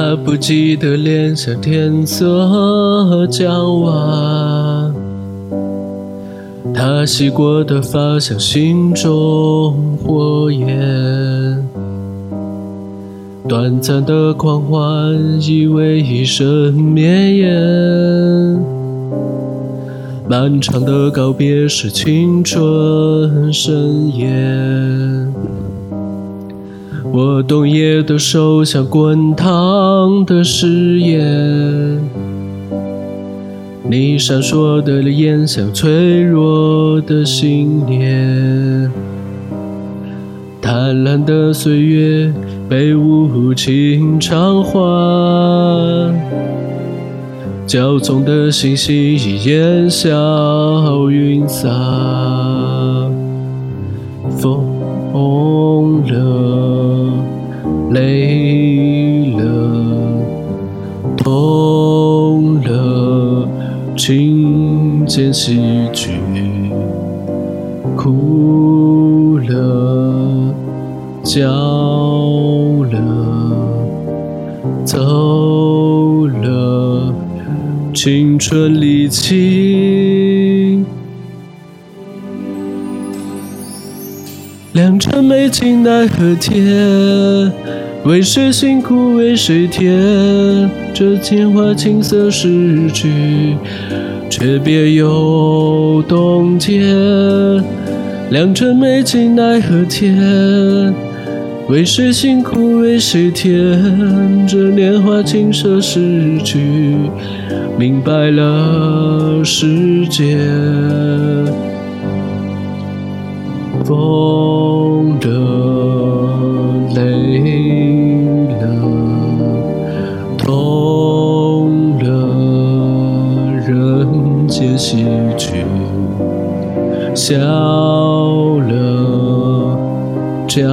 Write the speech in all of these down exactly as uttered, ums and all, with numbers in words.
他不记得脸像天色将晚，他洗过的发像心中火焰，短暂的狂欢以为一生绵延，漫长的告别是青春盛宴。我冬夜的手像滚烫的誓言，你闪烁的眼像脆弱的信念。贪婪的岁月被无情偿还，骄纵的星星已烟消云散。疯了，累了，痛了，听见戏剧，哭了，叫了，走了，青春离奇。良辰美景奈何天，为谁辛苦为谁甜？这年华青涩诗句，却别有洞见。良辰美景奈何天，为谁辛苦为谁甜？这年华青涩诗句，明白了世界。疯了，累了，痛了，人间戏剧，笑了，叫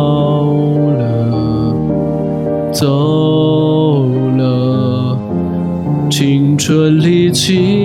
了，走了，青春离奇。